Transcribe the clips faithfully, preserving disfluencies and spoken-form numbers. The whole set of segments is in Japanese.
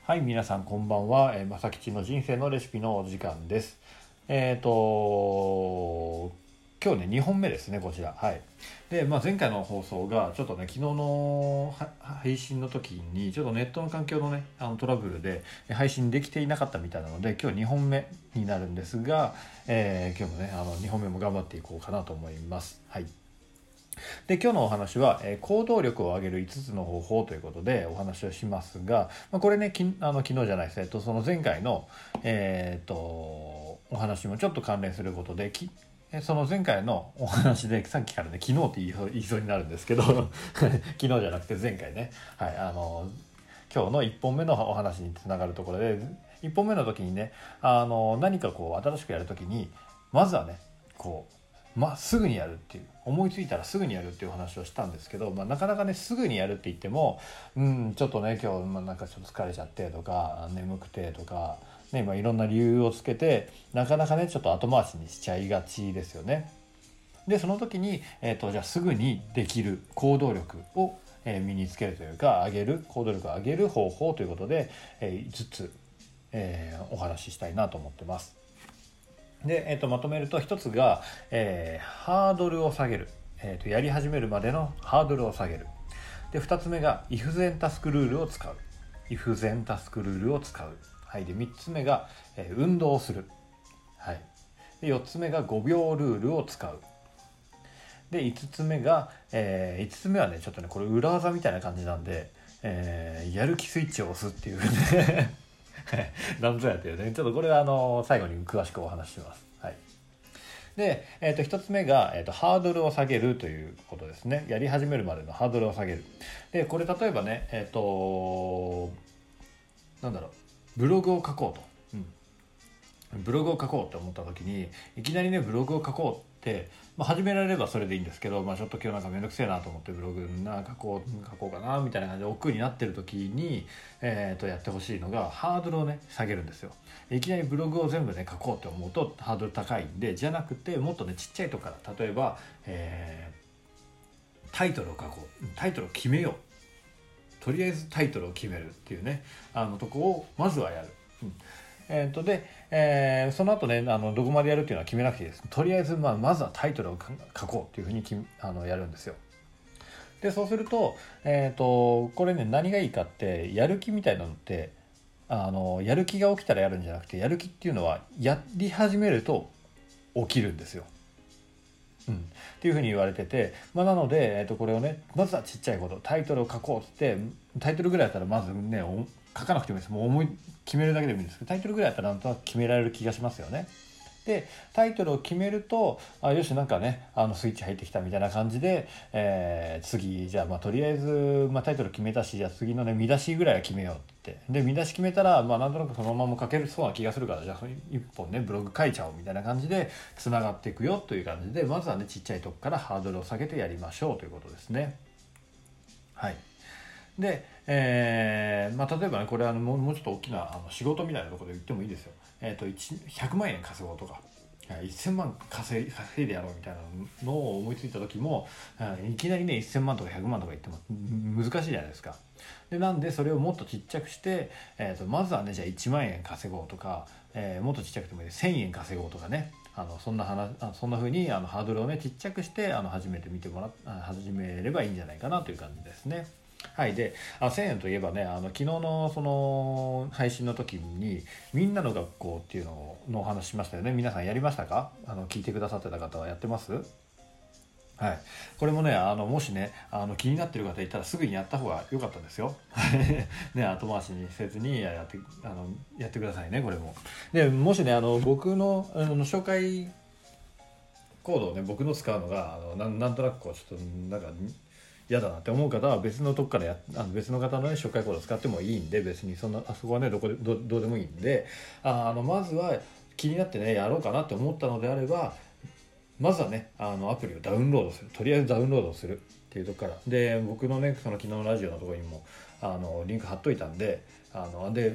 はい、皆さんこんばんは。えー、まさきちの人生のレシピのお時間です。えっと今日ねにほんめですね、こちら。はい。で、まあ、前回の放送がちょっとね昨日の配信の時にちょっとネットの環境のねあのトラブルで配信できていなかったみたいなので、今日にほんめになるんですが、えー、今日もねあのにほんめも頑張っていこうかなと思います。はい。で今日のお話は、えー、行動力を上げるいつつの方法ということでお話をしますが、まあ、これねきあの昨日じゃないです、えっと、その前回の、えー、っとお話もちょっと関連することできその前回のお話でさっきからね昨日って言い言いそうになるんですけど昨日じゃなくて前回ね、はい、あの今日のいっぽんめのお話につながるところで、いっぽんめの時にねあの何かこう新しくやる時にまずはねこうまあ、すぐにやるっていう思いついたらすぐにやるっていう話をしたんですけど、まあ、なかなかねすぐにやるって言っても、うん、ちょっとね今日、まあ、なんかちょっと疲れちゃってとか眠くてとか、ねまあ、いろんな理由をつけてなかなかねちょっと後回しにしちゃいがちですよね。でその時に、えーと、じゃあすぐにできる行動力を、えー、身につけるというか上げる行動力を上げる方法ということで、えー、いつつ、えー、お話ししたいなと思ってます。で、えー、とまとめると一つが、えー、ハードルを下げる、えー、とやり始めるまでのハードルを下げる。でふたつめが if then task ルールを使う if then task ルールを使う、はい、でみっつめが、えー、運動をする、はい、でよっつめがごびょうルールを使う。でいつつめが、えー、いつつめはねちょっとねこれ裏技みたいな感じなんで、えー、やる気スイッチを押すっていうねなんぞやっていうねちょっとこれはあの最後に詳しくお話しします。はい。で、えー、とひとつめが、えー、とハードルを下げるということですね。やり始めるまでのハードルを下げる。でこれ例えばねえっ、ー、となんだろうブログを書こうと、うん、ブログを書こうって思った時にいきなりねブログを書こうって、まあ、始められればそれでいいんですけど、まあ、ちょっと今日なんかめんどくせえなと思ってブログな書こう書こうかなみたいな感じで億劫になってる時に、えー、とやってほしいのがハードルをね下げるんですよ。いきなりブログを全部ね書こうと思うとハードル高いんで、じゃなくてもっとねちっちゃいとこから例えば、えー、タイトルを書こうタイトルを決めようとりあえずタイトルを決めるっていうねあのとこをまずはやる。うんえー、とで、えー、その後ねあのどこまでやるっていうのは決めなくていいです。とりあえず、まあ、まずはタイトルを書こうっていうふうにきあのやるんですよ。でそうすると,、えー、とこれね何がいいかってやる気みたいなのってあのやる気が起きたらやるんじゃなくてやる気っていうのはやり始めると起きるんですよ。うん、っていうふうに言われてて、まあ、なので、えー、とこれをねまずはちっちゃいことタイトルを書こうってタイトルぐらいだったらまずね書かなくてもいいです。もう思い決めるだけでもいいんですけどタイトルぐらいだったらなんとなく決められる気がしますよね。でタイトルを決めるとあよしなんかねあのスイッチ入ってきたみたいな感じで、えー、次じゃあまあとりあえず、まあ、タイトル決めたしじゃあ次のね見出しぐらいは決めようってで見出し決めたら、まあ、なんとなくそのまま書けるそうな気がするからじゃあその一本ねブログ書いちゃおうみたいな感じでつながっていくよという感じでまずはねちっちゃいとこからハードルを下げてやりましょうということですね。はい。で、えーまあ、例えばねこれはもうもうちょっと大きなあの仕事みたいなところで言ってもいいですよ。えー、とひゃくまんえん稼ごうとかせんまん稼い、稼いでやろうみたいなのを思いついた時もいきなりねせんまんとかひゃくまんとか言っても難しいじゃないですか。でなんでそれをもっとちっちゃくして、えー、とまずはねじゃあいちまんえん稼ごうとか、えー、もっとちっちゃくてもいいせんえん稼ごうとかねあのそんな話あそんな風にあのハードルをねちっちゃくしてあの始めてみてもら始めればいいんじゃないかなという感じですね。はい、であせんえんといえばねあの昨日のその配信の時にみんなの学校っていうののお話しましたよね。皆さんやりましたか？あの聞いてくださってた方はやってます？はい、これもねあのもしねあの気になってる方いたらすぐにやった方が良かったですよね後回しにせずにやってあのやってくださいねこれも。でもしねあの僕のあの紹介コードをね僕の使うのがあの な, なんとなくこうちょっとなんか嫌だなって思う方は別のとこからやあの別の方の、ね、紹介コードを使ってもいいんで別にそんなあそこはねどこで ど, どうでもいいんでああのまずは気になってねやろうかなって思ったのであればまずはねあのアプリをダウンロードするとりあえずダウンロードするっていうとこからで僕のねその昨日のラジオのところにもあのリンク貼っといたんであので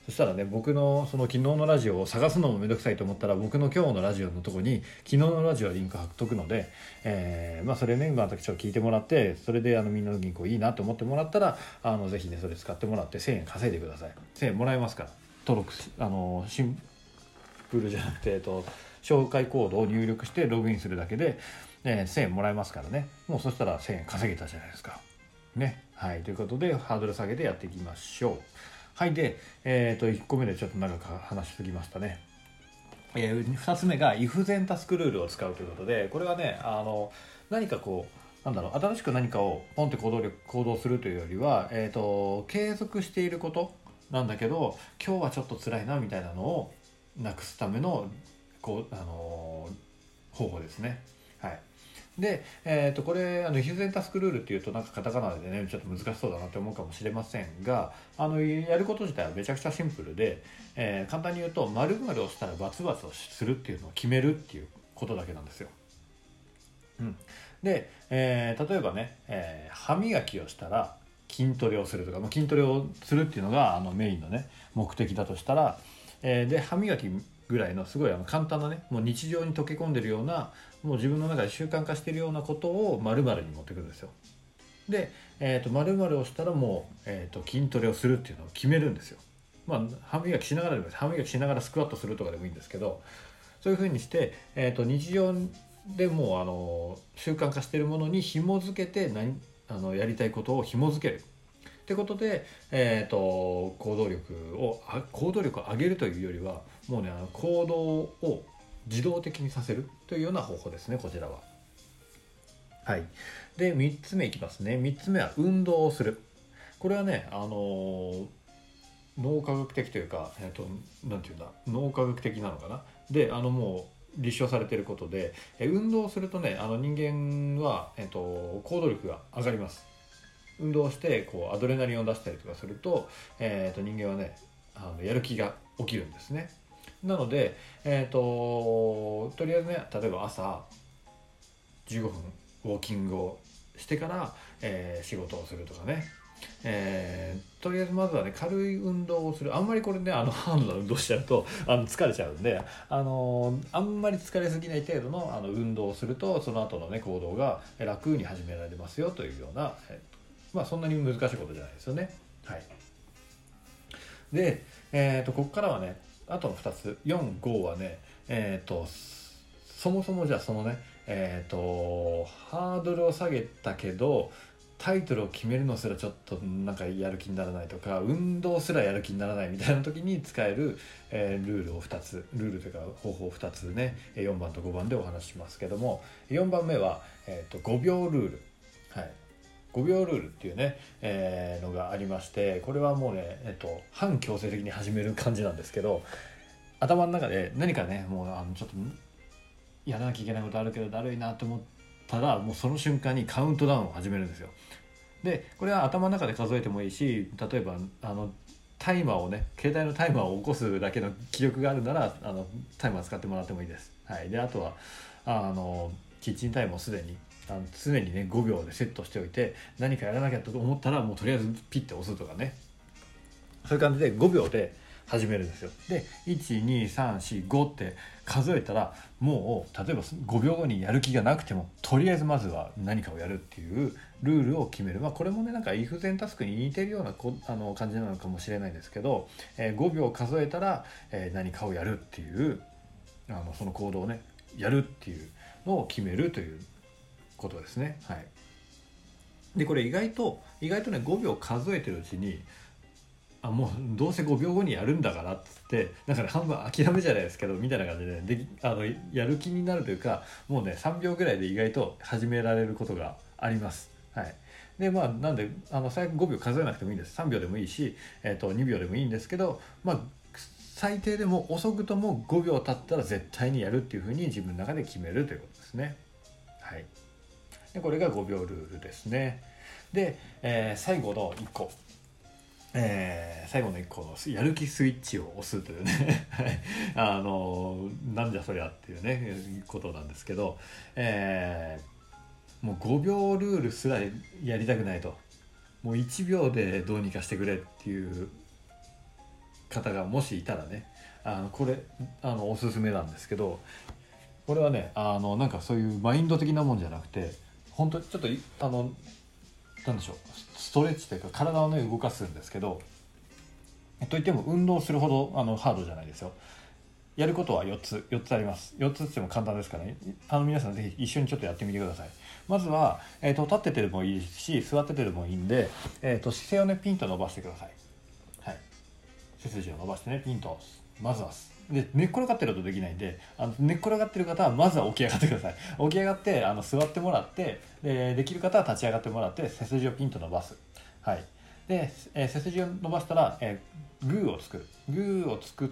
そしたらね、僕のその昨日のラジオを探すのもめんどくさいと思ったら、僕の今日のラジオのとこに昨日のラジオリンク貼っとくので、えーまあ、それねまたちょっと聞いてもらって、それであのみんなの銀行いいなと思ってもらったら、あのぜひねそれ使ってもらってせんえん稼いでください。せんえんもらえますから、登録しあのシンプルじゃなくて、えっと、紹介コードを入力してログインするだけで、えー、せんえんもらえますからね。もうそしたらせんえん稼げたじゃないですかね。はい、ということでハードル下げてやっていきましょう。はい。で、えー、といっこめでちょっと長く話しすぎましたね。えー、ふたつめが if 全タスクルールを使うということで、これはね、あの何かこうなんだろう、新しく何かをポンって行動力行動するというよりは、えー、と継続していることなんだけど、今日はちょっと辛いなみたいなのをなくすためのこう、あのー方法ですね。はい。で、えー、とこれあの必然タスクルールっていうとなんかカタカナでねちょっと難しそうだなって思うかもしれませんが、あのやること自体はめちゃくちゃシンプルで、えー、簡単に言うと〇〇をしたらバツバツをするっていうのを決めるっていうことだけなんですよ。うん、で、えー、例えばね、えー、歯磨きをしたら筋トレをするとか、まあ、筋トレをするっていうのがあのメインのね目的だとしたら、えー、で歯磨きぐらいのすごいあの簡単なね、もう日常に溶け込んでるような、もう自分の中で習慣化しているようなことを〇〇に持ってくるんですよ。で、えー、と〇〇をしたらもう、えー、と筋トレをするっていうのを決めるんですよ。まあ歯磨きしながらでもいいです。歯磨きしながらスクワットするとかでもいいんですけど、そういう風にして、えー、と日常でもうあの習慣化しているものに紐づけて何あのやりたいことを紐づけるってことで、えー、と行動力を行動力を上げるというよりは、もうねあの行動を自動的にさせるというような方法ですね、こちらは。はい。でみっつめいきますね。みっつめは運動をする。これはね、あのー脳科学的というか、えー、となんていうんだ脳科学的なのかな。であのもう立証されていることで、え運動をするとね、あの人間は、えー、と行動力が上がります。運動してこうアドレナリンを出したりとかすると、えー、と人間はねあのやる気が起きるんですね。なので、えー、ととりあえずね、例えば朝じゅうごふんウォーキングをしてから、えー仕事をするとかね、えーとりあえずまずはね軽い運動をする。あんまりこれねあのハードな運動しちゃうとあの疲れちゃうんで、あのーあんまり疲れすぎない程度のあの運動をすると、その後のね行動が楽に始められますよというような、えーまあそんなに難しいことじゃないですよね。はい。で、えー、とここからはねあとのふたつよん、ごはね、えー、とそもそもじゃあそのね、えー、とハードルを下げたけどタイトルを決めるのすらちょっとなんかやる気にならないとか、運動すらやる気にならないみたいな時に使える、えールールをふたつ、ルールというか方法をふたつね、よんばんとごばんでお話ししますけども、よんばんめは、えー、とごびょうルール。はい。ごびょうルールっていうね、えーのがありまして、これはもうね、えっと、反強制的に始める感じなんですけど、頭の中で何かねもうあのちょっとやらなきゃいけないことあるけどだるいなと思ったら、もうその瞬間にカウントダウンを始めるんですよ。でこれは頭の中で数えてもいいし、例えばあのタイマーをね携帯のタイマーを起こすだけの記憶があるなら、あのタイマー使ってもらってもいいです。はい。であとはあのキッチンタイムをすでにあの常にねごびょうでセットしておいて、何かやらなきゃと思ったらもうとりあえずピッて押すとかね、そういう感じでごびょうで始めるんですよ。でいちにさんしごって数えたら、もう例えばごびょうごにやる気がなくてもとりあえずまずは何かをやるっていうルールを決める。まあこれもねなんか if 全タスクに似てるようなこあの感じなのかもしれないですけど、えー、ごびょう数えたら、えー何かをやるっていうあのその行動をねやるっていうのを決めるということですね。はい。でこれ意外と意外とねごびょう数えてるうちに、あもうどうせごびょうごにやるんだからっつってなんかね半分諦めじゃないですけどみたいな感じで、であのやる気になるというか、もうねさんびょうぐらいで意外と始められることがあります。はい。でまあなんであの最悪ごびょう数えなくてもいいんです。さんびょうでもいいし、えー、とにびょうでもいいんですけど、まあ最低でも遅くともごびょう経ったら絶対にやるっていうふうに自分の中で決めるということですね。はい。でこれがごびょうルールですね。で、えー最後のいっこ、えー最後のいっこのやる気スイッチを押すというねはいあのなんじゃそりゃっていうねことなんですけど、えーもうごびょうルールすらやりたくないと、もういちびょうでどうにかしてくれっていう方がもしいたらね、あのこれあのおすすめなんですけど、これはねあのなんかそういうマインド的なもんじゃなくて、本当にちょっとあのなんでしょう、ストレッチというか体をね動かすんですけど、といっても運動するほどあのハードじゃないですよ。やることはよっつよっつあります。よっつっても簡単ですからね、あの皆さんぜひ一緒にちょっとやってみてください。まずは、えーと、立っててでもいいし座っててでもいいんで、えーと、姿勢をねピンと伸ばしてください。はい、背筋を伸ばしてねピンとまずはで寝っ転がってるとできないんで、あの寝っ転がってる方はまずは起き上がってください。起き上がってあの座ってもらって、でできる方は立ち上がってもらって背筋をピンと伸ばす。はい、で、えー、背筋を伸ばしたら、えー、グーを作るグーを作って、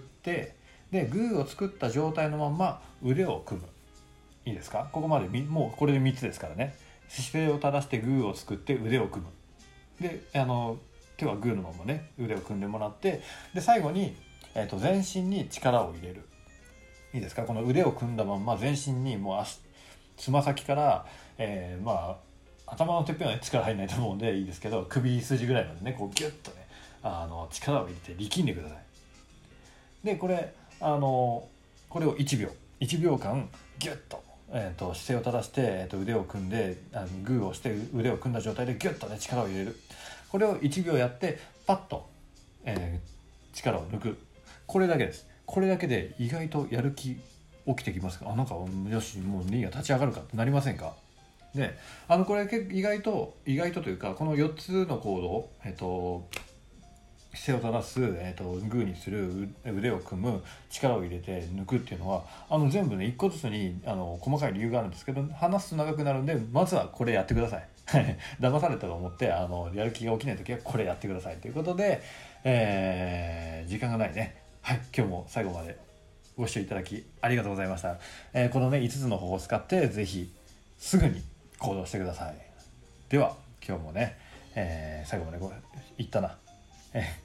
でグーを作った状態のまま腕を組む。いいですか？ここまでみもうこれでみっつですからね。姿勢を正してグーを作って腕を組む。であの今日はグーのままね腕を組んでもらって、で最後に、えー、と全身に力を入れる。いいですか？この腕を組んだまま全身にもう足つま先から、えー、まあ頭のてっぺんは力入んないと思うんでいいですけど、首筋ぐらいまでねこうギュッとねあの力を入れて力んでください。でこれあのこれをいちびょういちびょうかんギュッと、えー、と姿勢を正して、えー、と腕を組んであのグーをして腕を組んだ状態でギュッとね力を入れる。これをいちびょうやってパッと、えー、力を抜く。これだけです。これだけで意外とやる気起きてきますか？あなんかよしもういいや立ち上がるかってなりませんか？であのこれ結構意外と意外とというか、このよっつの行動、えっと姿勢を正す、えー、とグーにする腕を組む力を入れて抜くっていうのはあの全部ねいっこずつにあの細かい理由があるんですけど、話すと長くなるんでまずはこれやってください。騙されたと思ってあのやる気が起きない時はこれやってくださいということで、えー、時間がないね。はい、今日も最後までご視聴いただきありがとうございました。えー、このねいつつの方法を使ってぜひすぐに行動してください。では今日もね、えー、最後までごいったな。えー